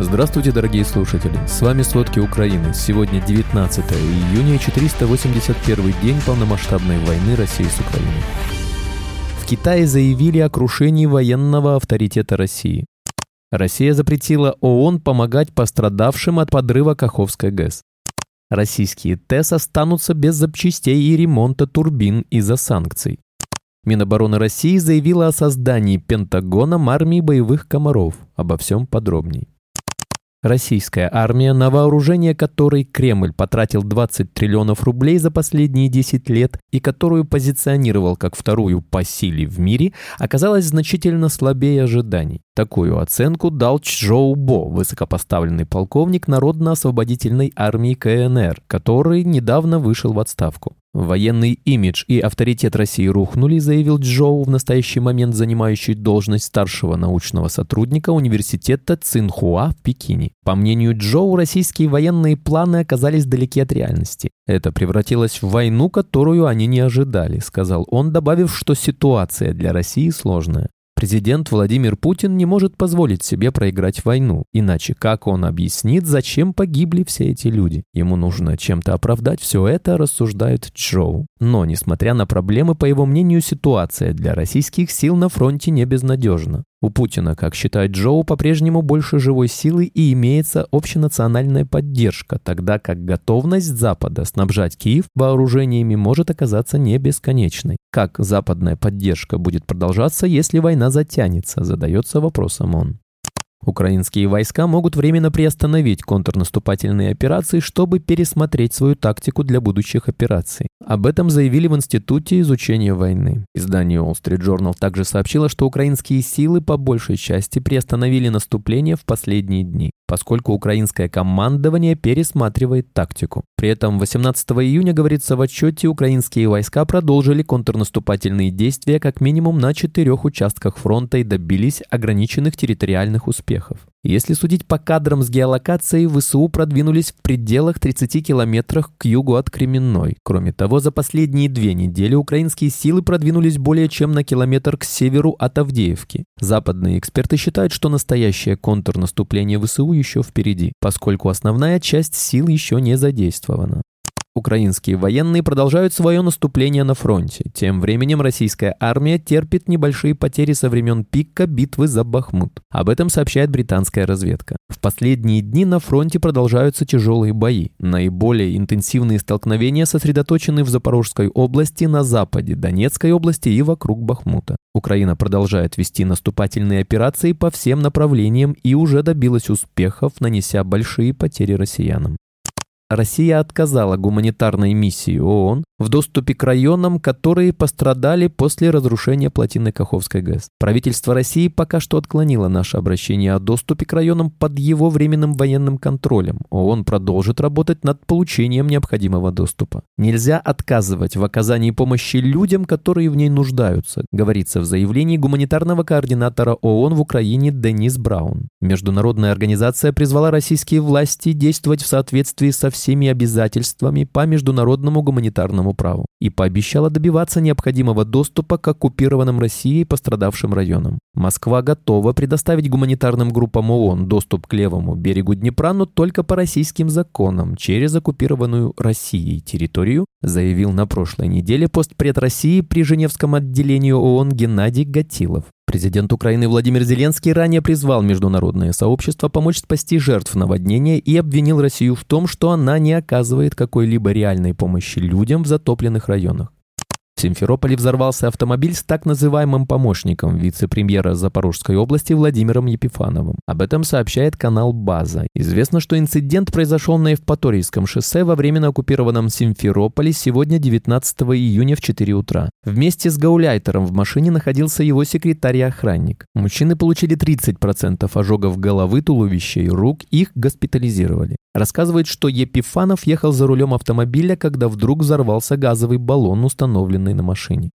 Здравствуйте, дорогие слушатели! С вами «Сводки Украины». Сегодня 19 июня, 481 день полномасштабной войны России с Украиной. В Китае заявили о крушении военного авторитета России. Россия запретила ООН помогать пострадавшим от подрыва Каховской ГЭС. Российские ТЭС останутся без запчастей и ремонта турбин из-за санкций. Минобороны России заявила о создании Пентагоном армии боевых комаров. Обо всем подробней. Российская армия, на вооружение которой Кремль потратил 20 триллионов рублей за последние 10 лет и которую позиционировал как вторую по силе в мире, оказалась значительно слабее ожиданий. Такую оценку дал Чжоу Бо, высокопоставленный полковник Народно-освободительной армии КНР, который недавно вышел в отставку. «Военный имидж и авторитет России рухнули», заявил Чжоу, в настоящий момент занимающий должность старшего научного сотрудника университета Цинхуа в Пекине. По мнению Чжоу, российские военные планы оказались далеки от реальности. «Это превратилось в войну, которую они не ожидали», сказал он, добавив, что ситуация для России сложная. Президент Владимир Путин не может позволить себе проиграть войну, иначе как он объяснит, зачем погибли все эти люди? Ему нужно чем-то оправдать все это, рассуждает Чжоу. Но, несмотря на проблемы, по его мнению, ситуация для российских сил на фронте не безнадежна. У Путина, как считает Чжоу, по-прежнему больше живой силы и имеется общенациональная поддержка, тогда как готовность Запада снабжать Киев вооружениями может оказаться не бесконечной. Как западная поддержка будет продолжаться, если война затянется, задается вопросом он. Украинские войска могут временно приостановить контрнаступательные операции, чтобы пересмотреть свою тактику для будущих операций. Об этом заявили в Институте изучения войны. Издание Wall Street Journal также сообщило, что украинские силы по большей части приостановили наступление в последние дни, поскольку украинское командование пересматривает тактику. При этом 18 июня, говорится в отчете, украинские войска продолжили контрнаступательные действия как минимум на 4 участках фронта и добились ограниченных территориальных успехов. Если судить по кадрам с геолокацией, ВСУ продвинулись в пределах 30 километрах к югу от Кременной. Кроме того, за последние 2 недели украинские силы продвинулись более чем на километр к северу от Авдеевки. Западные эксперты считают, что настоящее контрнаступление ВСУ еще впереди, поскольку основная часть сил еще не задействована. Украинские военные продолжают свое наступление на фронте. Тем временем российская армия терпит небольшие потери со времен пика битвы за Бахмут. Об этом сообщает британская разведка. В последние дни на фронте продолжаются тяжелые бои. Наиболее интенсивные столкновения сосредоточены в Запорожской области, на западе Донецкой области и вокруг Бахмута. Украина продолжает вести наступательные операции по всем направлениям и уже добилась успехов, нанеся большие потери россиянам. Россия отказала гуманитарной миссии ООН в доступе к районам, которые пострадали после разрушения плотины Каховской ГЭС. Правительство России пока что отклонило наше обращение о доступе к районам под его временным военным контролем. ООН продолжит работать над получением необходимого доступа. Нельзя отказывать в оказании помощи людям, которые в ней нуждаются, говорится в заявлении гуманитарного координатора ООН в Украине Денис Браун. Международная организация призвала российские власти действовать в соответствии со всеми обязательствами по международному гуманитарному праву и пообещала добиваться необходимого доступа к оккупированным Россией пострадавшим районам. Москва готова предоставить гуманитарным группам ООН доступ к левому берегу Днепра, но только по российским законам, через оккупированную Россией территорию, заявил на прошлой неделе постпред России при Женевском отделении ООН Геннадий Гатилов. Президент Украины Владимир Зеленский ранее призвал международное сообщество помочь спасти жертв наводнения и обвинил Россию в том, что она не оказывает какой-либо реальной помощи людям в затопленных районах. В Симферополе взорвался автомобиль с так называемым помощником вице-премьера Запорожской области Владимиром Епифановым. Об этом сообщает канал «База». Известно, что инцидент произошел на Евпаторийском шоссе во временно оккупированном Симферополе сегодня 19 июня в 4 утра. Вместе с гауляйтером в машине находился его секретарь и охранник. Мужчины получили 30% ожогов головы, туловища и рук, их госпитализировали. Рассказывает, что Епифанов ехал за рулем автомобиля, когда вдруг взорвался газовый баллон, установленный на машине.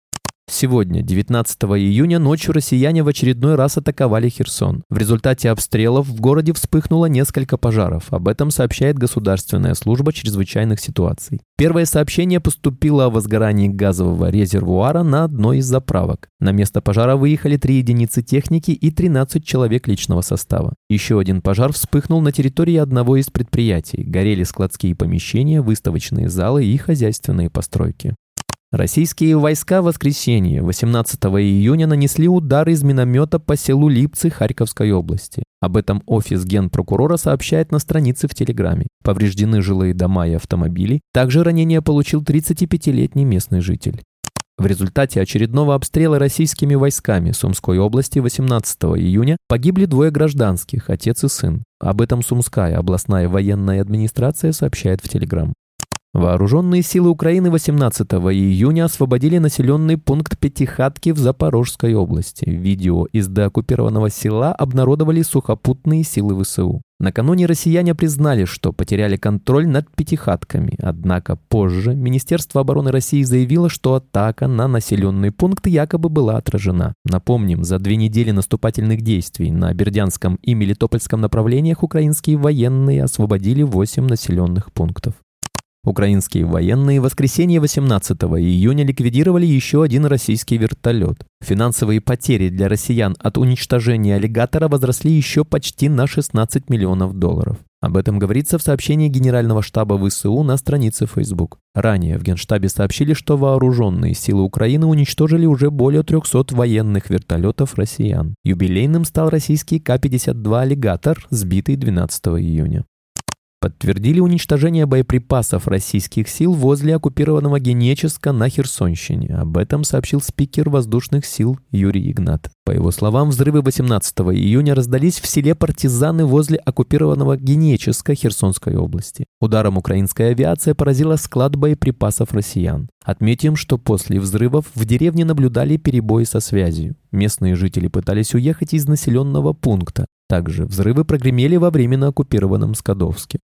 Сегодня, 19 июня, ночью россияне в очередной раз атаковали Херсон. В результате обстрелов в городе вспыхнуло несколько пожаров. Об этом сообщает Государственная служба чрезвычайных ситуаций. Первое сообщение поступило о возгорании газового резервуара на одной из заправок. На место пожара выехали 3 единицы техники и 13 человек личного состава. Еще один пожар вспыхнул на территории одного из предприятий. Горели складские помещения, выставочные залы и хозяйственные постройки. Российские войска в воскресенье, 18 июня, нанесли удар из миномета по селу Липцы Харьковской области. Об этом офис генпрокурора сообщает на странице в Телеграме. Повреждены жилые дома и автомобили. Также ранение получил 35-летний местный житель. В результате очередного обстрела российскими войсками Сумской области 18 июня погибли 2 гражданских, отец и сын. Об этом Сумская областная военная администрация сообщает в Телеграм. Вооруженные силы Украины 18 июня освободили населенный пункт Пятихатки в Запорожской области. Видео из деоккупированного села обнародовали сухопутные силы ВСУ. Накануне россияне признали, что потеряли контроль над Пятихатками. Однако позже Министерство обороны России заявило, что атака на населенный пункт якобы была отражена. Напомним, за 2 недели наступательных действий на Бердянском и Мелитопольском направлениях украинские военные освободили 8 населенных пунктов. Украинские военные в воскресенье 18 июня ликвидировали еще один российский вертолет. Финансовые потери для россиян от уничтожения аллигатора возросли еще почти на $16 миллионов. Об этом говорится в сообщении Генерального штаба ВСУ на странице Facebook. Ранее в Генштабе сообщили, что вооруженные силы Украины уничтожили уже более 300 военных вертолетов россиян. Юбилейным стал российский К-52 «Аллигатор», сбитый 12 июня. Подтвердили уничтожение боеприпасов российских сил возле оккупированного Генеческа на Херсонщине. Об этом сообщил спикер воздушных сил Юрий Игнат. По его словам, взрывы 18 июня раздались в селе Партизаны возле оккупированного Генеческа Херсонской области. Ударом украинская авиация поразила склад боеприпасов россиян. Отметим, что после взрывов в деревне наблюдали перебои со связью. Местные жители пытались уехать из населенного пункта. Также взрывы прогремели во временно оккупированном Скадовске.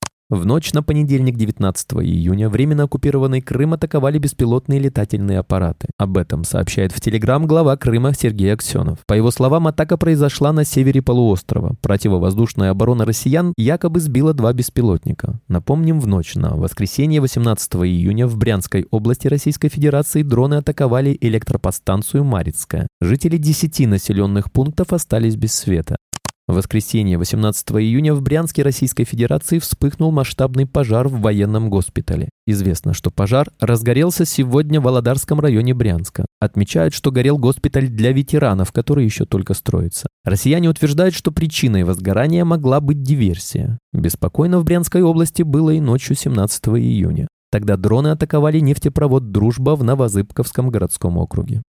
В ночь на понедельник, 19 июня, временно оккупированный Крым атаковали беспилотные летательные аппараты. Об этом сообщает в Телеграм глава Крыма Сергей Аксенов. По его словам, атака произошла на севере полуострова. Противовоздушная оборона россиян якобы сбила 2 беспилотника. Напомним, в ночь на воскресенье, 18 июня, в Брянской области Российской Федерации дроны атаковали электроподстанцию Марицкая. Жители 10 населенных пунктов остались без света. В воскресенье 18 июня в Брянске Российской Федерации вспыхнул масштабный пожар в военном госпитале. Известно, что пожар разгорелся сегодня в Володарском районе Брянска. Отмечают, что горел госпиталь для ветеранов, который еще только строится. Россияне утверждают, что причиной возгорания могла быть диверсия. Беспокойно в Брянской области было и ночью 17 июня. Тогда дроны атаковали нефтепровод «Дружба» в Новозыбковском городском округе.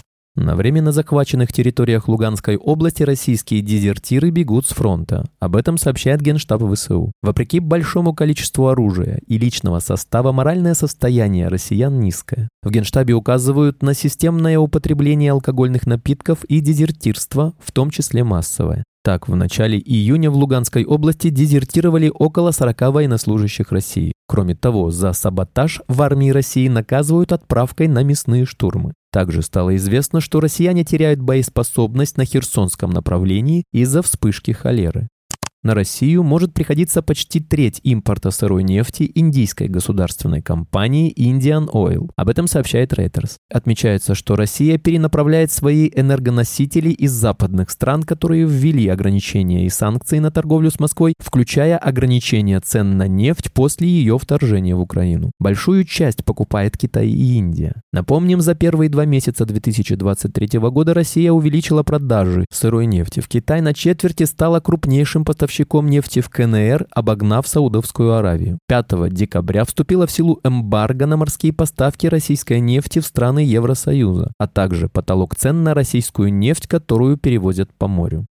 На временно захваченных территориях Луганской области российские дезертиры бегут с фронта. Об этом сообщает Генштаб ВСУ. Вопреки большому количеству оружия и личного состава, моральное состояние россиян низкое. В Генштабе указывают на системное употребление алкогольных напитков и дезертирство, в том числе массовое. Так, в начале июня в Луганской области дезертировали около 40 военнослужащих России. Кроме того, за саботаж в армии России наказывают отправкой на мясные штурмы. Также стало известно, что россияне теряют боеспособность на Херсонском направлении из-за вспышки холеры. На Россию может приходиться почти треть импорта сырой нефти индийской государственной компании Indian Oil. Об этом сообщает Reuters. Отмечается, что Россия перенаправляет свои энергоносители из западных стран, которые ввели ограничения и санкции на торговлю с Москвой, включая ограничение цен на нефть после ее вторжения в Украину. Большую часть покупает Китай и Индия. Напомним, за первые 2 месяца 2023 года Россия увеличила продажи сырой нефти в Китай на четверть и стала крупнейшим поставщиком нефти в КНР, обогнав Саудовскую Аравию. 5 декабря вступила в силу эмбарго на морские поставки российской нефти в страны Евросоюза, а также потолок цен на российскую нефть, которую перевозят по морю.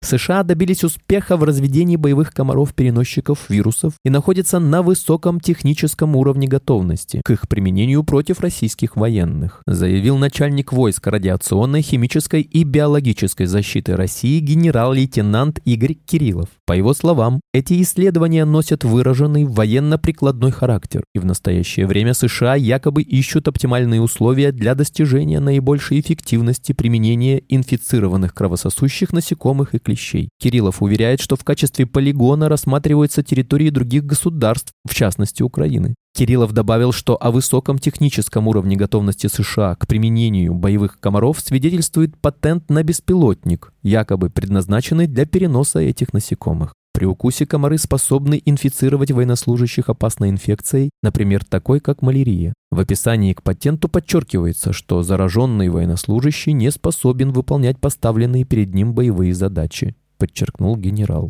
США добились успеха в разведении боевых комаров-переносчиков вирусов и находятся на высоком техническом уровне готовности к их применению против российских военных, заявил начальник войск радиационной, химической и биологической защиты России генерал-лейтенант Игорь Кириллов. По его словам, эти исследования носят выраженный военно-прикладной характер, и в настоящее время США якобы ищут оптимальные условия для достижения наибольшей эффективности применения инфицированных кровососущих насекомых и клещей. Кириллов уверяет, что в качестве полигона рассматриваются территории других государств, в частности Украины. Кириллов добавил, что о высоком техническом уровне готовности США к применению боевых комаров свидетельствует патент на беспилотник, якобы предназначенный для переноса этих насекомых. При укусе комары способны инфицировать военнослужащих опасной инфекцией, например, такой как малярия. В описании к патенту подчеркивается, что зараженный военнослужащий не способен выполнять поставленные перед ним боевые задачи, подчеркнул генерал.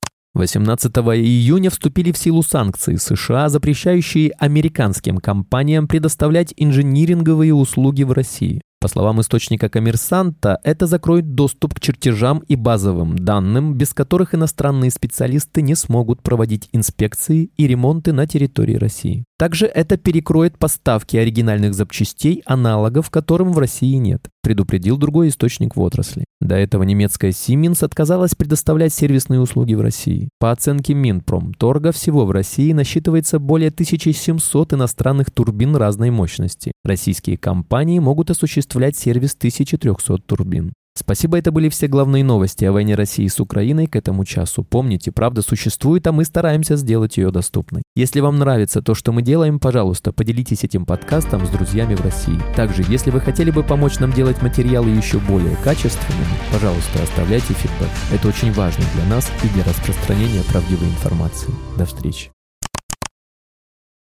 18 июня вступили в силу санкции США, запрещающие американским компаниям предоставлять инжиниринговые услуги в России. По словам источника «Коммерсанта», это закроет доступ к чертежам и базовым данным, без которых иностранные специалисты не смогут проводить инспекции и ремонты на территории России. Также это перекроет поставки оригинальных запчастей, аналогов которым в России нет, предупредил другой источник в отрасли. До этого немецкая Siemens отказалась предоставлять сервисные услуги в России. По оценке Минпромторга, всего в России насчитывается более 1700 иностранных турбин разной мощности. Российские компании могут осуществлять сервис 1300 турбин. Спасибо, это были все главные новости о войне России с Украиной к этому часу. Помните, правда существует, а мы стараемся сделать ее доступной. Если вам нравится то, что мы делаем, пожалуйста, поделитесь этим подкастом с друзьями в России. Также, если вы хотели бы помочь нам делать материалы еще более качественными, пожалуйста, оставляйте фидбэк. Это очень важно для нас и для распространения правдивой информации. До встречи.